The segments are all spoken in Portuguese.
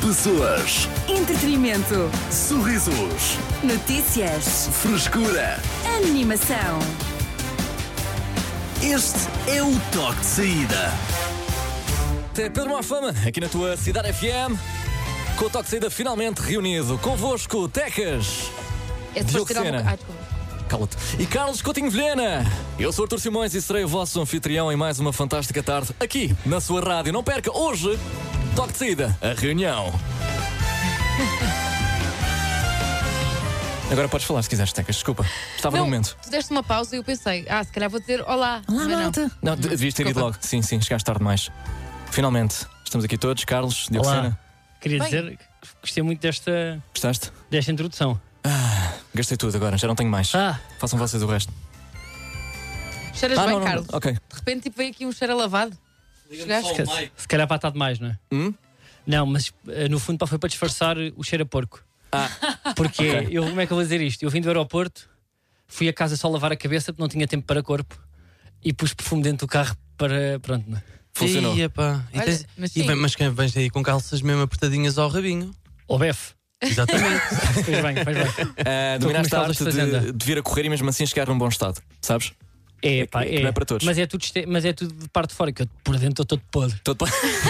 Pessoas, Entretenimento. sorrisos, Notícias. frescura. Animação. Este é o toque de saída. É Pedro Mafama, aqui na tua Cidade FM, com o toque de saída finalmente reunido. Convosco, Tecas, É depois Diogo de tirar Sena. desculpa. Cala-te, e Carlos Coutinho Vilhena. Eu sou Artur Simões e serei o vosso anfitrião em mais uma fantástica tarde aqui na sua rádio. Não perca, hoje, toque de saída, a reunião. Agora podes falar se quiseres, Tecas, desculpa. Estava no momento. Tu deste uma pausa e eu pensei, se calhar vou dizer olá. Olá, Mas não. malta. Não, devias ter ido Desculpa. logo. Sim, chegaste tarde demais. Finalmente, estamos aqui todos. Carlos, Diogo Olá. Sena. Queria Bem. dizer que gostei muito desta Gostaste? introdução. Gastei tudo agora, já não tenho mais. Façam vocês o resto. Cheiras bem, não, Carlos. ok. De repente tipo, veio aqui um cheiro a lavado. Chegaste? Se calhar para estar demais, não é? Não, mas no fundo foi para disfarçar o cheiro a porco. Porque como é que eu vou dizer isto? Eu vim do aeroporto, fui a casa só lavar a cabeça porque não tinha tempo para corpo e pus perfume dentro do carro para. Pronto, não é? Funcionou. Ia, pá. Olha, mas sim. Mas quem vens aí com calças mesmo apertadinhas ao rabinho? Ou befe. Exatamente. Fez bem. Dominaste a com arte as calças de fazenda. de vir a correr e mesmo assim chegar num bom estado, sabes? É, pá, que não é para todos. Mas é tudo de parte de fora, que eu por dentro estou todo podre. Todo...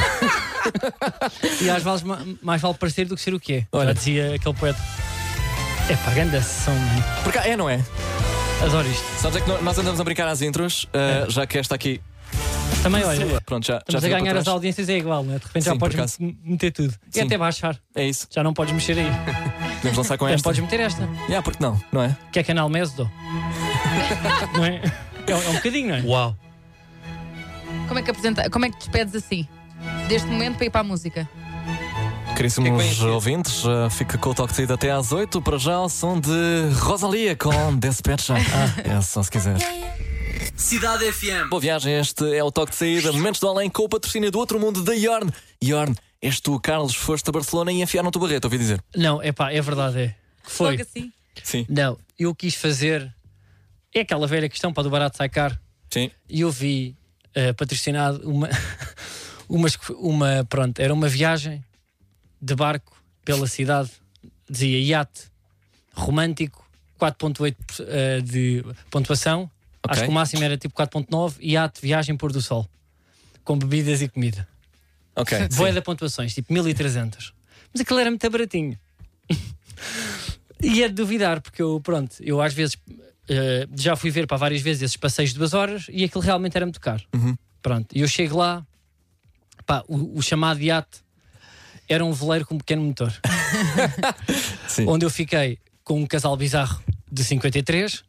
E às vezes mais vale parecer do que ser o que é. Olha. Já dizia aquele poeta. É pá, grande sessão, mano. Porque não é? Adoro isto. Sabes é que nós andamos a brincar às intros, já que esta aqui. Também, olha, Pronto, já estamos a ficou ganhar para as trás. audiências é igual, não é? De repente Sim, já por podes acaso. meter tudo. Sim. E até baixar. É isso. Já não podes mexer aí. Podemos lançar com Também esta. podes meter esta. Porque não é? Que é canal Mesdo. Não é? É um bocadinho, não é? Uau. Como é que como é que te despedes assim? Deste momento para ir para a música? Caríssimos O que é que vem a seguir? ouvintes, fica com o toque de saída até às 8. Para já o som de Rosalia com Despecha. É só se quiser. Cidade FM. Boa viagem, este é o toque de saída. Momentos do além com o patrocínio do outro mundo da Yorn. Yorn, és tu, Carlos, foste a Barcelona e enfiaram-te o barreto, ouvi dizer. Não, é pá, é verdade, é. Que foi? Logo assim? Sim. Não, eu quis fazer. É aquela velha questão para do barato sai caro. Sim. E eu vi patrocinado pronto, era uma viagem de barco pela cidade, dizia iate romântico, 4.8 de pontuação, Ok. acho que o máximo era tipo 4.9, iate viagem pôr do sol, com bebidas e comida. Ok. Boa da pontuações, tipo 1300. Mas aquilo era muito baratinho. E é de duvidar, porque eu às vezes já fui ver para várias vezes esses passeios de 2 horas e aquilo realmente era muito caro. Pronto, e eu chego lá, pá, o chamado iate era um veleiro com um pequeno motor. Sim. Onde eu fiquei com um casal bizarro de 53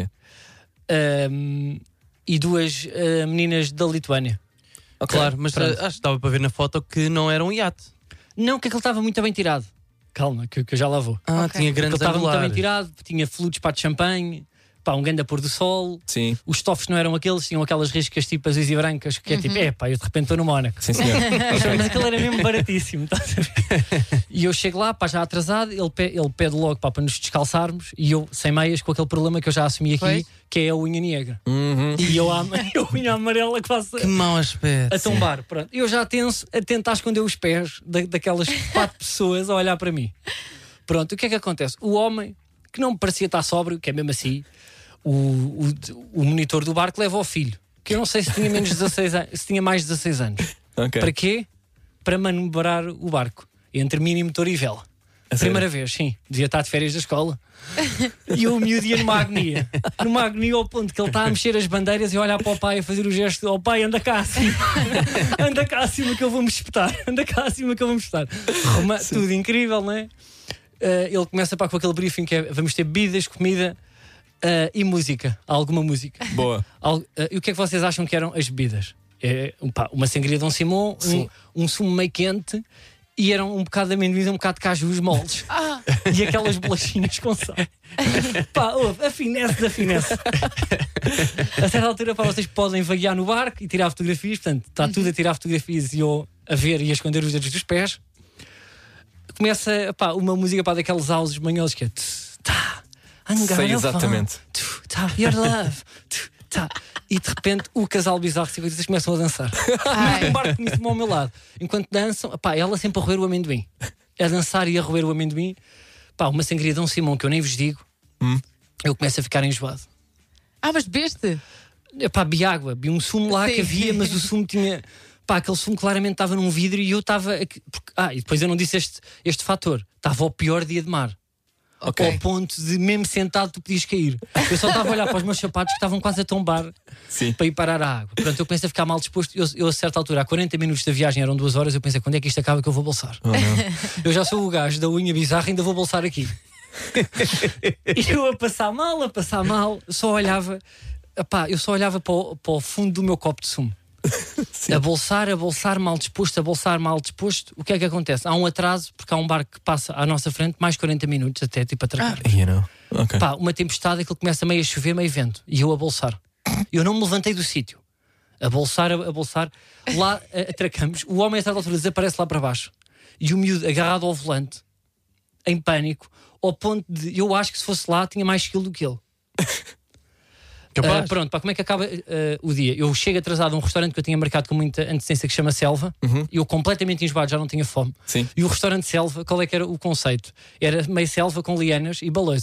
e 2 meninas da Lituânia. Ok. Claro, mas Pronto. acho que estava para ver na foto que não era um iate. Não, que aquilo estava muito bem tirado. Calma, que eu já lá vou. Ah, Ok. tinha Aquilo grandes estava muito bem angulares. tirado, tinha fluidos para de champanhe, pá, um grande pôr do sol. Sim. Os estofos não eram aqueles, tinham aquelas riscas tipo azuis e brancas, que é tipo, pá, eu de repente estou no Mónaco. Sim, senhor. Mas aquilo era mesmo baratíssimo, estás a ver? E eu chego lá, pá, já atrasado, ele pede logo pá, para nos descalçarmos e eu, sem meias, com aquele problema que eu já assumi aqui, Pois. que é a unha negra. E eu a unha amarela que faço Que mau aspecto. a tombar. Pronto. Eu já tenso a tentar esconder os pés daquelas 4 pessoas a olhar para mim. Pronto, o que é que acontece? O homem, que não me parecia estar sóbrio, que é mesmo assim, o monitor do barco leva ao filho, que eu não sei se tinha menos de 16 anos, se tinha mais de 16 anos. Ok. Para quê? Para manobrar o barco entre mini motor e vela. A Primeira vez, sim. Devia estar de férias da escola. E o miúdo ia numa agonia. Numa agonia ao ponto que ele está a mexer as bandeiras e a olhar para o pai a fazer o gesto: ó pai, anda cá acima. Anda cá acima que eu vou-me espetar. Anda cá acima que eu vou-me espetar. Tudo incrível, não é? Ele começa com aquele briefing que é: vamos ter bebidas, comida e música. Alguma música. Boa. E o que é que vocês acham que eram as bebidas? Uma sangria de um Simão, um sumo meio quente e eram um bocado de amendoim, um bocado de cajus moldes. E aquelas bolachinhas com sal. Pá, ouve, a finesse da finesse. A certa altura, pá, vocês podem vaguear no barco e tirar fotografias. Portanto, está tudo a tirar fotografias e eu a ver e a esconder os dedos dos pés. Começa, pá, uma música, pá, daqueles áudios manhosos que é... Sei exatamente. Your love. Tá. E de repente o casal bizarro de ciclistas começam a dançar. Ai. Um barco nisso ao meu lado. Enquanto dançam, pá, ela sempre a roer o amendoim. A dançar e a roer o amendoim. Pá, uma sangria de Dom Simão que eu nem vos digo. Eu começo a ficar enjoado. Mas bebeste? Pá, bi água, bi um sumo lá Sim. que havia, mas o sumo tinha. Pá, aquele sumo claramente estava num vidro e eu estava. E depois eu não disse este fator. Estava ao pior dia de mar. Ok. Ao ponto de, mesmo sentado, tu podias cair. Eu só estava a olhar para os meus sapatos que estavam quase a tombar para ir parar a água. Portanto, eu comecei a ficar mal disposto. Eu a certa altura, há 40 minutos da viagem, eram 2 horas, eu pensei, quando é que isto acaba que eu vou bolsar? Eu já sou o gajo da unha bizarra, ainda vou bolsar aqui. E eu a passar mal, só olhava. Eu só olhava para o fundo do meu copo de sumo. A bolsar mal disposto. O que é que acontece? Há um atraso, porque há um barco que passa à nossa frente mais 40 minutos até tipo atracar. Ok. Pá, uma tempestade, aquilo começa meio a chover, meio vento. E eu a bolsar. Eu não me levantei do sítio. A bolsar. Lá atracamos. O homem a certa altura desaparece lá para baixo. E o miúdo agarrado ao volante, em pânico, ao ponto de eu acho que se fosse lá tinha mais skill do que ele. Pronto, pá, como é que acaba o dia? Eu chego atrasado a um restaurante que eu tinha marcado com muita antecedência que se chama Selva. Eu completamente enjoado, já não tinha fome. Sim. E o restaurante Selva, qual é que era o conceito? Era meio selva com lianas e balanços.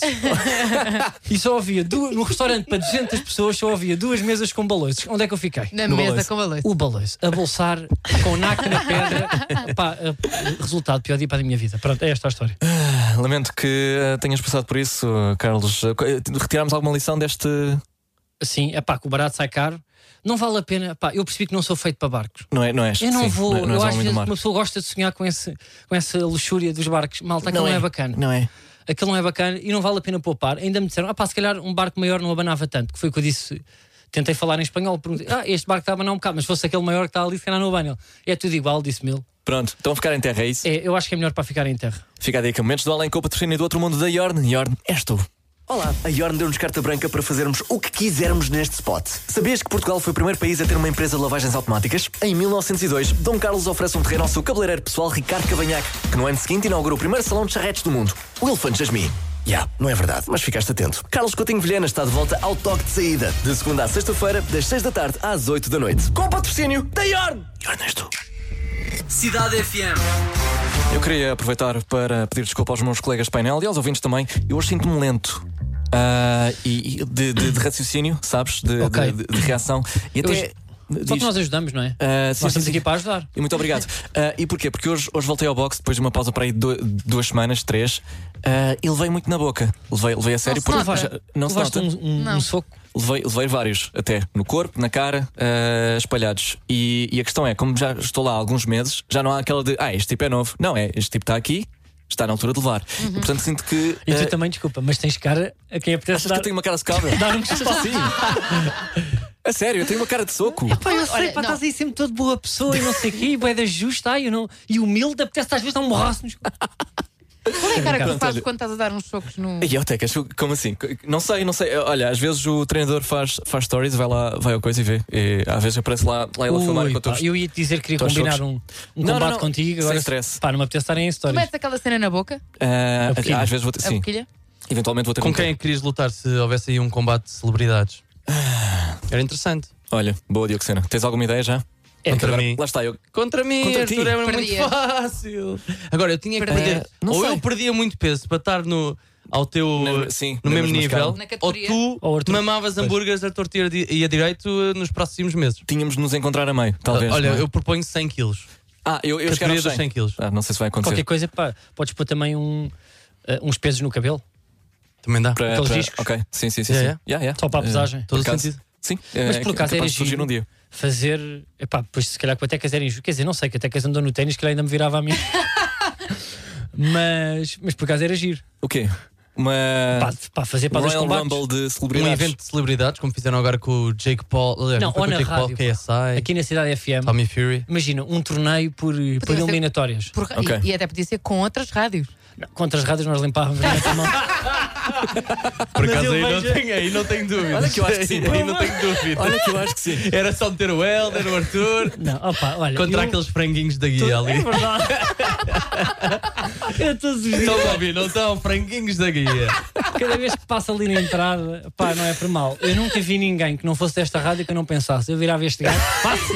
E só havia no restaurante para 200 pessoas, só havia 2 mesas com balanços. Onde é que eu fiquei? Na No mesa balanço. com balanço. O balanço, a bolsar com o naco na pedra. Pá, resultado, pior dia para a minha vida. Pronto, é esta a história. Lamento que tenhas passado por isso, Carlos. Retiramos alguma lição deste. Assim, que o barato sai caro. Não vale a pena. Pá, eu percebi que não sou feito para barcos. Não é? Eu não vou. Não Eu és às homem do vezes mar. uma pessoa gosta de sonhar com essa luxúria dos barcos. Malta, aquilo não é bacana. Não é? Aquilo não é bacana e não vale a pena poupar. Ainda me disseram, se calhar um barco maior não abanava tanto. Que foi o que eu disse. Tentei falar em espanhol. Perguntei, este barco está a abanar um bocado, mas se fosse aquele maior que está ali, se calhar não abana. É tudo igual, disse-me ele. Pronto, então ficar em terra, é isso? Eu acho que é melhor para ficar em terra. Fica a dica. Momentos do Além com o patrocínio do Outro Mundo da Yorn. Yorn, és tu. Olá, a Yorn deu-nos carta branca para fazermos o que quisermos neste spot. Sabias que Portugal foi o primeiro país a ter uma empresa de lavagens automáticas? Em 1902, Dom Carlos oferece um terreno ao seu cabeleireiro pessoal Ricardo Cavanhaque, que no ano seguinte inaugurou o primeiro salão de charretes do mundo, o Elefante Jasmine. Não é verdade, mas ficaste atento. Carlos Coutinho Vilhena está de volta ao Toque de Saída, de segunda à sexta-feira, das 6 da tarde às 8 da noite. Com o patrocínio da Yorn. Yorn és tu. Cidade FM. Eu queria aproveitar para pedir desculpa aos meus colegas de painel e aos ouvintes também. Eu hoje sinto-me lento. E de raciocínio, sabes? De reação. E até. Só que nós ajudamos, não é? Nós estamos aqui para ajudar. E muito obrigado. E porquê? Porque hoje voltei ao boxe depois de uma pausa para aí 2 semanas, 3. E levei muito na boca. Levei a sério. Não se porque nota. não se Levaste nota. um soco. Levei vários, até no corpo, na cara, espalhados. E a questão é, como já estou lá há alguns meses, já não há aquela de este tipo é novo. Não é, este tipo está aqui, está na altura de levar. E portanto sinto que. E tu também, desculpa, mas tens cara a quem apetece Achas que eu tenho uma cara de cabra? dar um gosto assim. A sério, eu tenho uma cara de soco. Pá, eu sei, Olha, pá, não. estás aí sempre todo boa pessoa e não sei o quê, bué da justa, e humilde, apetece às vezes dar um borraço nos. Qual é a cara que tu Pronto, fazes olha. quando estás a dar uns socos no. E eu Tecas, como assim? Não sei. Olha, às vezes o treinador faz stories, vai ao coisa e vê. E às vezes aparece lá ele a filmar Ui, enquanto pá, eu ia te dizer que queria Todos combinar socos. um Não, combate não. contigo, Sem agora stress. pá, não me apetece estarem em Tu histórias. metes aquela cena na boca? boquilha. às vezes vou ter. A Sim, boquilha? eventualmente vou ter Com um quem é que querias lutar se houvesse aí um combate de celebridades? Era interessante. Olha, boa Dioxena. Tens alguma ideia já? Contra Agora, mim. Lá está, eu. Contra mim, Contra ti. Arthur, era muito Perdia. fácil. Agora, eu tinha que Perdia. perder. Não Ou sei. eu perdia muito peso para estar ao teu. Sim, no na mesmo mesma nível. escala. Na Ou categoria. tu Ou Arthur. mamavas hambúrgueres a torto e a direito nos próximos meses. Tínhamos de nos encontrar a meio, talvez. Olha, não é? eu proponho 100 quilos. eu cheguei Categoria aos dos 100 quilos. Não sei se vai acontecer. Qualquer coisa, pá, podes pôr também uns pesos no cabelo, Também dá. Para- aqueles para- discos. Ok, sim. Yeah. só para a pesagem. Todo por acaso, sentido. Sim, Mas por acaso era capaz de surgir giro um dia. fazer. Epá, depois se calhar com a Tecas era injusto. Quer dizer, não sei, que a Tecas andou no ténis, que ele ainda me virava a mim. mas por acaso era giro. O quê? Uma. Pá, fazer para dois Royal combates. Rumble de Um celebridades. evento de celebridades, como fizeram agora com o Jake Paul. Aliás, Não, foi ou com o na Jake Paul, rádio, KSI, Aqui na Cidade FM. Tommy Fury. Imagina, um torneio por ser- eliminatórias. Ok. E até podia ser com outras rádios. Não, contra as rádios nós limpávamos a nossa mão. Por Mas acaso eu vejo- aí não tenho dúvida. Olha que eu acho que sim. Aí não tenho dúvida. Olha que eu acho que sim. Era só meter o Helder, o Arthur, Não, opa, olha. contra eu- aqueles franguinhos da guia ali. É verdade. Eu todos os dias. Estão a ouvir, não estão? Franguinhos da guia. Cada vez que passa ali na entrada, pá, não é por mal. Eu nunca vi ninguém que não fosse desta rádio que eu não pensasse. Eu virava este gajo, fácil.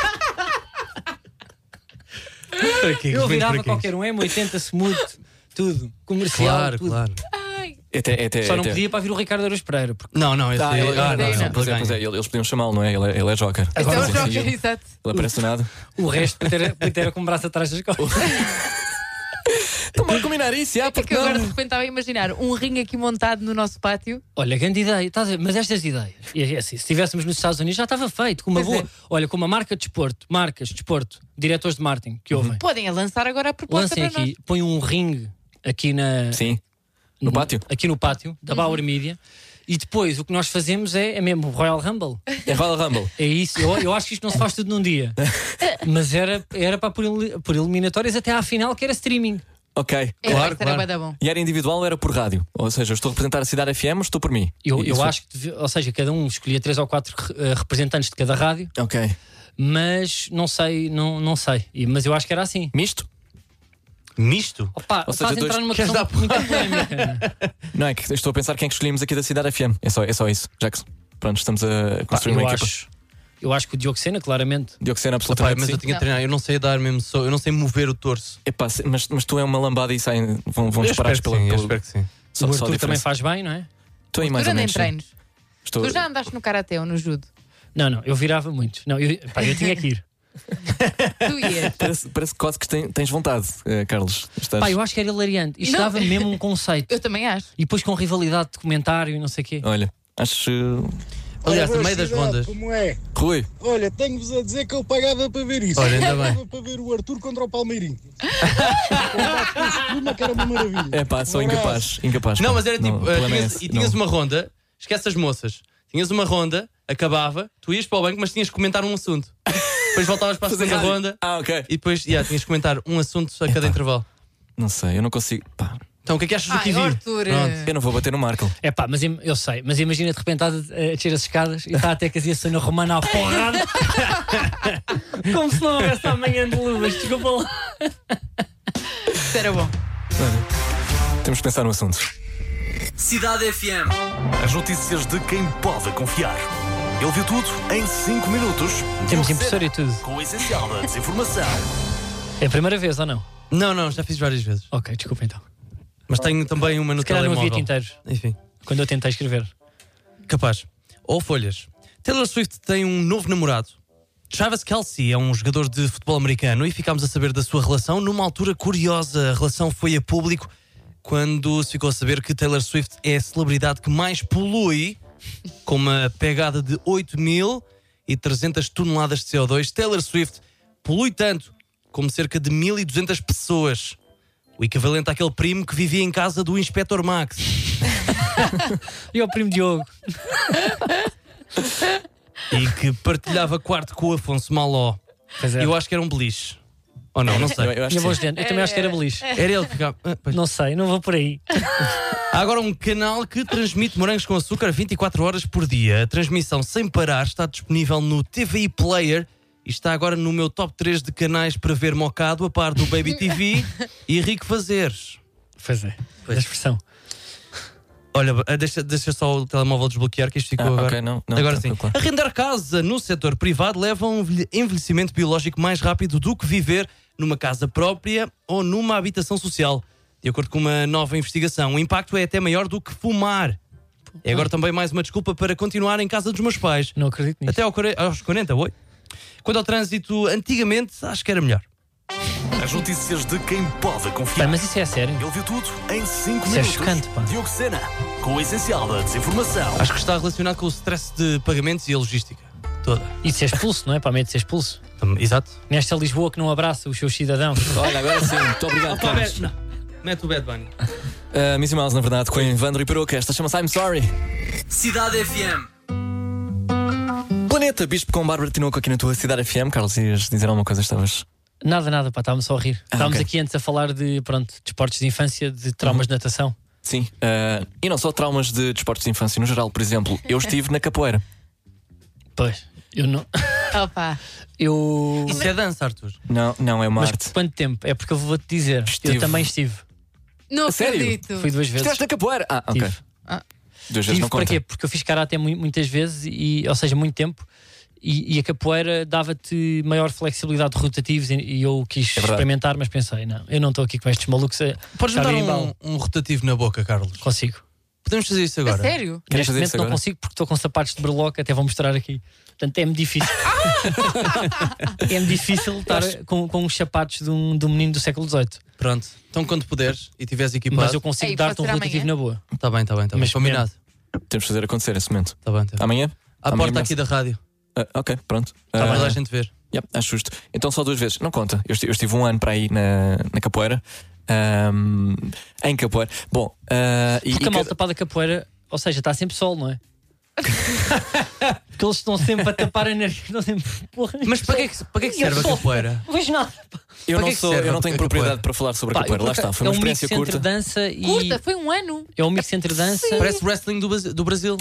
Eu virava qualquer um, M80, smooth, tudo. Comercial, Claro, tudo. claro. Só não podia para vir o Ricardo Araújo Pereira. Porque Não, esse aí. Pois é, eles podiam chamá-lo, não é? Ele é Joker. Então, Sim, Jorge, ele exato. aparece do nada. o resto era com o braço atrás das costas. Então bora combinar isso, É que eu agora de repente estava a imaginar um ringue aqui montado no nosso pátio. Olha, grande ideia, estás a ver? Mas estas ideias, e é assim, se estivéssemos nos Estados Unidos já estava feito, com uma Pois boa. Olha, com uma marca de desporto, marcas de desporto, diretores de marketing que ouvem. Podem lançar agora a proposta Lancem para aqui, põem um ringue aqui na. Sim. No pátio? Aqui no pátio da Bauer Media. E depois o que nós fazemos é mesmo Royal Rumble. É Royal Rumble. É isso. Eu acho que isto não se faz tudo num dia. Mas era para por eliminatórias até à final, que era streaming. Ok. nós. Claro, Era bué da bom. E era individual ou era por rádio? Ou seja, eu estou a representar a Cidade FM, estou por mim. Eu Isso- acho que, ou seja, cada um escolhia 3 ou 4 representantes de cada rádio, Ok. mas não sei. Mas eu acho que era assim. Misto? Misto? Opa, Ou seja, estás a entrar dois- numa Queres questão muito polémica. Não, é que estou a pensar quem é que escolhemos aqui da Cidade FM. É só isso. Já que pronto, estamos a construir uma equipa. Eu acho que o Diogo Sena, claramente. Dioxena, Epá, absolutamente. mas sim. eu tinha Não. de treinar, eu não sei dar mesmo, eu não sei mover o torso. Epá, mas tu é uma lambada e saem, vão Eu disparados espero que sim, eu pelo. espero que sim. Só, O só a Arthur também diferença. faz bem, não é? Estou aí mais Tu ou anda em menos. sim. treinos. Estou... Tu já andaste no Karaté ou no Judo? Não, eu virava muito. Não, eu tinha que ir. Tu ias. Parece quase que tens vontade, Carlos. Estás... Pá, eu acho que era hilariante. Isto Não. dava mesmo um conceito. Eu também acho. E depois com rivalidade de comentário e não sei o quê. Olha, acho. Aliás, Olha, no meio das cidade, rondas. Como é? Rui, Olha, tenho-vos a dizer que eu pagava para ver isso. Olha, ainda Eu bem. pagava para ver o Arthur contra o Palmeirinho. Combate com espuma, que era uma maravilha. é pá, sou Um abraço. incapaz. Não, pá. mas era tipo, Não, o problema é tinhas, esse. e tinhas Não. uma ronda, esquece as moças. Tinhas uma ronda, acabava, tu ias para o banco, mas tinhas que comentar um assunto. Depois voltavas para a Fazer segunda rádio. ronda Ah, ok. e depois tinhas que comentar um assunto a cada intervalo. Não sei, eu não consigo. Pá, Então, o que é que achas do Ai, que vi? Arthur. Pronto. eu não vou bater no Marco. É pá, mas eu sei. Mas imagina de repente estás a descer as escadas e está até que a Sônia Romana à porrada. Como se não houvesse amanhã de luvas. Desculpa lá. Isso era bom. Temos que pensar no assunto. Cidade FM. As notícias de quem pode confiar. Ele viu tudo em 5 minutos. Temos Diogo impressora Sena, e tudo. Com o essencial da desinformação. É a primeira vez ou não? Não, já fiz várias vezes. Ok, desculpa então. Mas tenho também uma no Se calhar não havia telemóvel. tinteiros Enfim, quando eu tentei escrever. capaz. Ou folhas. Taylor Swift tem um novo namorado. Travis Kelce é um jogador de futebol americano e ficámos a saber da sua relação numa altura curiosa. A relação foi a público quando se ficou a saber que Taylor Swift é a celebridade que mais polui, com uma pegada de 8.300 toneladas de CO2. Taylor Swift polui tanto como cerca de 1.200 pessoas. O equivalente àquele primo que vivia em casa do Inspector Max. E ao primo Diogo. E que partilhava quarto com o Afonso Maló. Pois é. Eu acho que era um beliche. Ou não, não sei. Eu acho Tinha que bons sim. dentes. Eu também acho que era beliche. Era ele que ficava. Pois. Não sei, não vou por aí. Há agora um canal que transmite morangos com açúcar 24 horas por dia. A transmissão sem parar está disponível no TVI Player e está agora no meu top 3 de canais para ver mocado, a par do Baby TV e Rico Fazeres. Pois é. A expressão. Olha, deixa só o telemóvel desbloquear que isto ficou agora. ok, não, agora tranquilo, sim. claro. Arrendar casa no setor privado leva a um envelhecimento biológico mais rápido do que viver numa casa própria ou numa habitação social. De acordo com uma nova investigação, o impacto é até maior do que fumar. É agora também mais uma desculpa para continuar em casa dos meus pais. Não acredito nisso. Até aos 40, oi? Quanto ao trânsito, antigamente acho que era melhor. As notícias de quem pode Pá, confiar. mas isso é sério. Ele viu tudo em 5 Isso é minutos. chocante, pá. Diogo Sena, com o essencial da desinformação. Acho que está relacionado com o stress de pagamentos e a logística toda. E de ser expulso, não é? Para medo de ser expulso. Exato. Nesta Lisboa que não abraça os seus cidadãos. Olha, agora sim, muito obrigado, Carlos. Mete o Bad Bunny. Miss Mouse, na verdade, com Evandro e Peruca. Esta chama-se I'm Sorry. Cidade FM. Planeta, Bispo com Bárbara Tinoco aqui na tua Cidade FM. Carlos, ias dizer alguma coisa? Estavas. Nada, pá, estávamos só a rir. Estávamos ok. aqui antes a falar de esportes de infância, de traumas de natação. Sim. E não só traumas de desportos de infância no geral. Por exemplo, eu estive na capoeira. Pois, eu não. Opa. Eu. Isso é dança, Arthur. Não, é uma Mas arte. por quanto tempo? É porque eu vou-te dizer. Estive. Eu também estive. Não A sério? acredito. Fui 2 vezes. Estiveste na capoeira? Ah, ok. Tive. 2 vezes não para conta. quê? Porque eu fiz karate muitas vezes, ou seja, muito tempo. E a capoeira dava-te maior flexibilidade de rotativos e eu quis experimentar, mas pensei, não, eu não estou aqui com estes malucos. Podes-me dar um rotativo na boca, Carlos? Consigo. Podemos fazer isso agora? A sério? Neste momento não consigo porque estou com sapatos de berloque, até vou mostrar aqui. Portanto, é-me difícil. É-me difícil estar com os sapatos de um menino do século XVIII. Pronto, então quando puderes e tiveres equipado. Mas eu consigo dar-te um rotativo na boa. Está bem. Mas combinado. Temos de fazer acontecer esse momento. Está bem. Amanhã? À porta aqui da rádio. Ok, pronto. Está bem, lá a gente ver. Acho justo. Então só 2 vezes. Não conta. Eu estive 1 ano para aí na capoeira. Em capoeira. Bom, porque a malta para da capoeira, ou seja, está sempre sol, não é? Porque eles estão sempre a tapar a nariz. Mas para que serve a capoeira? Não vejo nada. Eu não tenho propriedade para falar sobre a capoeira. Lá está, foi uma experiência curta. Dança e... Curta, foi 1 ano. É um mix entre dança. Parece wrestling do Brasil.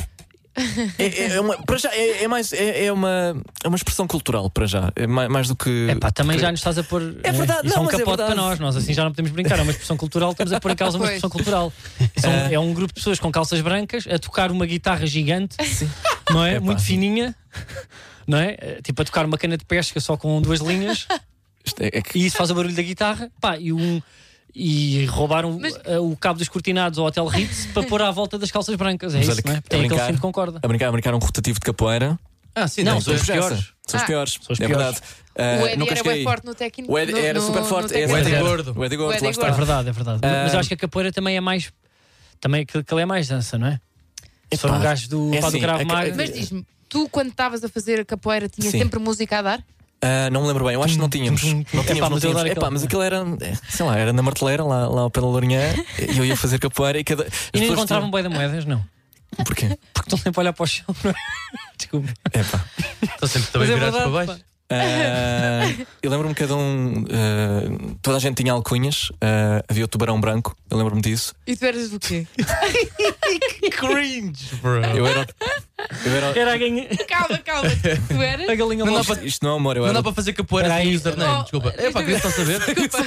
É uma expressão cultural para já. É mais do que. Também já nos estás a pôr. É verdade, isso não, é um mas capote para nós assim já não podemos brincar. É uma expressão cultural, estamos a pôr em causa uma expressão cultural. É um grupo de pessoas com calças brancas a tocar uma guitarra gigante, não é? Muito fininha, não é? Tipo a tocar uma cana de pesca só com 2 linhas. E isso faz o barulho da guitarra. E roubaram o cabo dos cortinados ao Hotel Ritz para pôr à volta das calças brancas. É isso, não é? Tem aquele cinto com corda. A brincar um rotativo de capoeira. Sim, não, são os piores. São os piores. É verdade. O Eddie era bem forte no técnico. O Eddie era super forte. O Eddie gordo. O Eddie gordo, lá está. É verdade. Mas eu acho que a capoeira também é mais. Também que ele é mais dança, não é? Se for um gajo do Cravo Maga. Mas diz-me, tu quando estavas a fazer a capoeira tinha sempre música a dar? Não me lembro bem, eu acho que não tínhamos. Mas aquilo era, sei lá, era na marteleira, lá ao pé da Lourinhã, e eu ia fazer capoeira e cada. E não encontravam boi de moedas, não? Porquê? Porque estão sempre a olhar para o chão, não é? Desculpa. Estão sempre também virados para baixo. Eu lembro-me que cada um. Toda a gente tinha alcunhas. Havia o tubarão branco, eu lembro-me disso. E tu eras o quê? Cringe, bro. Eu era a galinha. Calma. Tu eras? A galinha Isto não é amor, não dá para fazer capoeira sem username, desculpa. Queria só saber.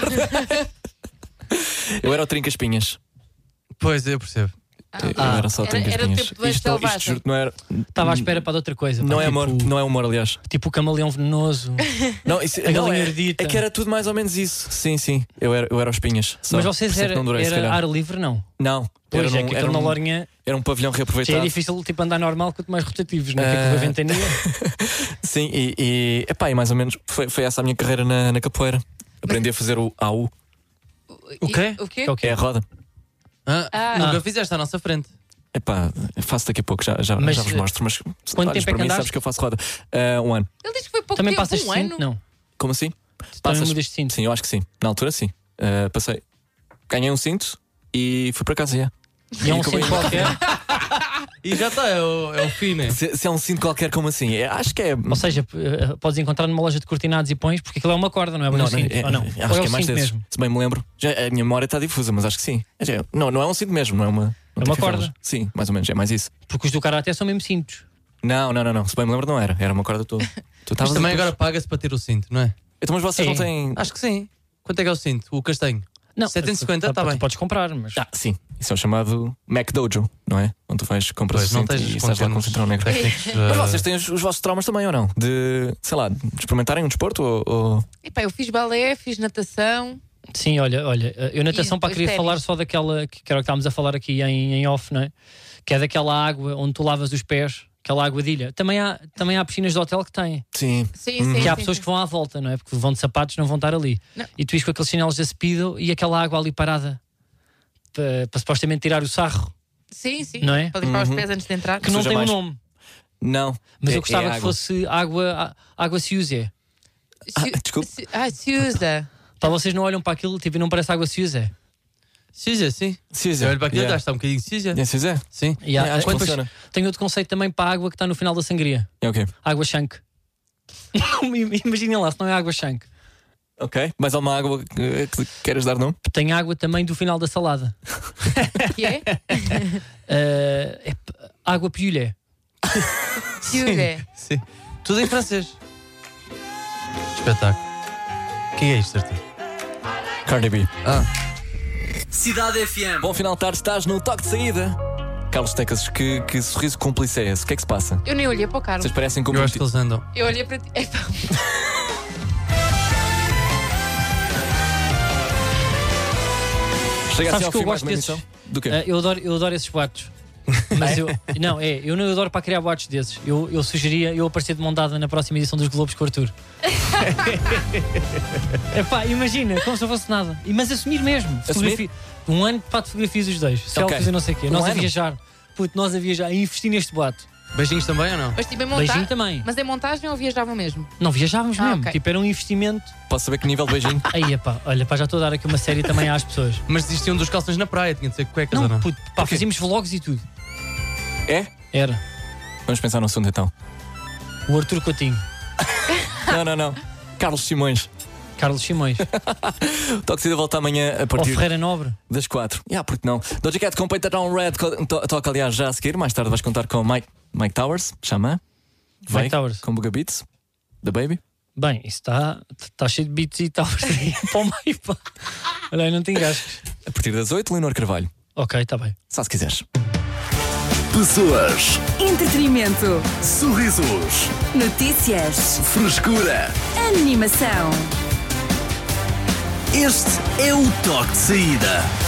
Eu era o Trinca-Espinhas. Pois, eu percebo. Eu era só o Trinca-Espinhas. Era tipo de selvagem. Não era. Estava à espera para outra coisa. Não é amor, não é humor, aliás. Tipo o camaleão venenoso. Não, a galinha erdita. É que era tudo mais ou menos isso. Sim. Eu era os Espinhas. Mas vocês era ar livre, não? Não. Pois é, que aquilo na Lourinhã. Era um pavilhão reaproveitado. É difícil tipo, andar normal quanto mais rotativos, não é? Que aquilo da ventania. Sim, e mais ou menos foi essa a minha carreira na capoeira. Aprendi a fazer o AU. O quê? O quê? É a roda. Nunca fizeste à nossa frente. Faço daqui a pouco, já vos mostro. Mas quanto tempo é que andaste? Sabes que eu faço roda. 1 ano. Ele diz que foi pouco Também tempo, passas de cinto? Não. Como assim? Sim, eu acho que sim. Na altura, sim. Passei. Ganhei um cinto e fui para casa. E é um cinto qualquer. E já está, é o fim, né? Se é um cinto qualquer, como assim? Acho que é. Ou seja, podes encontrar numa loja de cortinados e pões, porque aquilo é uma corda, não é? Não, cinto, ou não? Acho que é mais desses. Se bem me lembro. A minha memória está difusa, mas acho que sim. Não é um cinto mesmo, não é uma. É uma corda. Sim, mais ou menos, é mais isso. Porque os do Karate são mesmo cintos. Não. Se bem me lembro, não era. Era uma corda toda. Mas também agora paga-se para ter o cinto, não é? Então, mas vocês não têm. Acho que sim. Quanto é que é o cinto? O castanho? Não, 750, está bem. Podes comprar, mas. Sim. Isso é o chamado Mac Dojo, não é? Onde tu vais comprar o cinto e estás lá com o cinturão negro. Mas vocês têm os vossos traumas também ou não? De, sei lá, de experimentarem um desporto ou... Eu fiz balé, fiz natação. Sim, olha, eu natação queria falar só daquela que era o que estávamos a falar aqui em off, não é? Que é daquela água onde tu lavas os pés, aquela água de ilha. Também há piscinas de hotel que têm. Sim. Que há pessoas que vão à volta, não é? Porque vão de sapatos, não vão estar ali. Não. E tu ires com aqueles chinelos da Speedo e aquela água ali parada para supostamente tirar o sarro. Sim. Não é? Para limpar os pés antes de entrar. Que não tem um nome. Não. Mas eu gostava que fosse água Ciusa. Desculpa. Ciusa. Para vocês não olham para aquilo tipo, e não parece água Ciusa. Ciusa, sim. Ciusa. Olha para aquilo, está um bocadinho Ciusa. É Ciusa? Sim. Acho que funciona. Tem outro conceito também para a água que está no final da sangria. É o quê? Água Shank. Imaginem lá, se não é água Shank. Ok, mas há uma água que queres dar nome? Tem água também do final da salada. Que é? Água Piulé. Piulé. Sim. Tudo em francês. Espetáculo. Quem é isto, Arthur? Cardi B. Cidade FM. Bom final de tarde, estás no toque de saída. Carlos Tecas, que sorriso cúmplice é esse? O que é que se passa? Eu nem olhei para o Carlos. Vocês parecem Eu acho que comprometidos. eles andam. Eu olhei para ti. Epá. Chega assim Sabes ao que eu fim mais gosto uma desses. emissão? Do quê? Eu adoro esses boatos. Mas eu não adoro para criar boatos desses. Eu sugeria eu aparecer de mão dada na próxima edição dos Globos com o Arthur. Epá, imagina, como se não fosse nada. Mas assumir mesmo. Assumir? Fotografia. Um ano para fotografias os dois. Selfies e não sei o quê. Nós a ano? viajar. Puto, nós a viajar e investir neste boato. Beijinhos também ou não? Mas tipo em Beijinho montagem. também. Mas em montagem ou viajavam mesmo? Não viajávamos mesmo. ok. Tipo, era um investimento. Posso saber que nível de beijinho? Aí, epá, olha, pá, já estou a dar aqui uma série também às pessoas. Mas existiam dos calções na praia, tinha de ser cuecas ou Não, não? puto, pá, fazíamos vlogs e tudo. É? Era. Vamos pensar no assunto então. O Arthur Coutinho. Não. Carlos Simões. Carlos Simões. O Toque de Saída volta amanhã a Ou partir Ferreira Nobre. das 4. Porque não? Doja Cat com Painted on Red toca aliás já a seguir. Mais tarde vais contar com Mike Towers, Xamã. Mike Towers. Com Buga Beats, The Baby. Bem, isso está cheio de beats e tal. Para o meio, pá. Olha aí, não tem gastos. A partir das 8, Leonor Carvalho. Ok, está bem. Só se quiseres. Pessoas, Entretenimento. sorrisos, Notícias. frescura. Animação. Este é o Toque de Saída.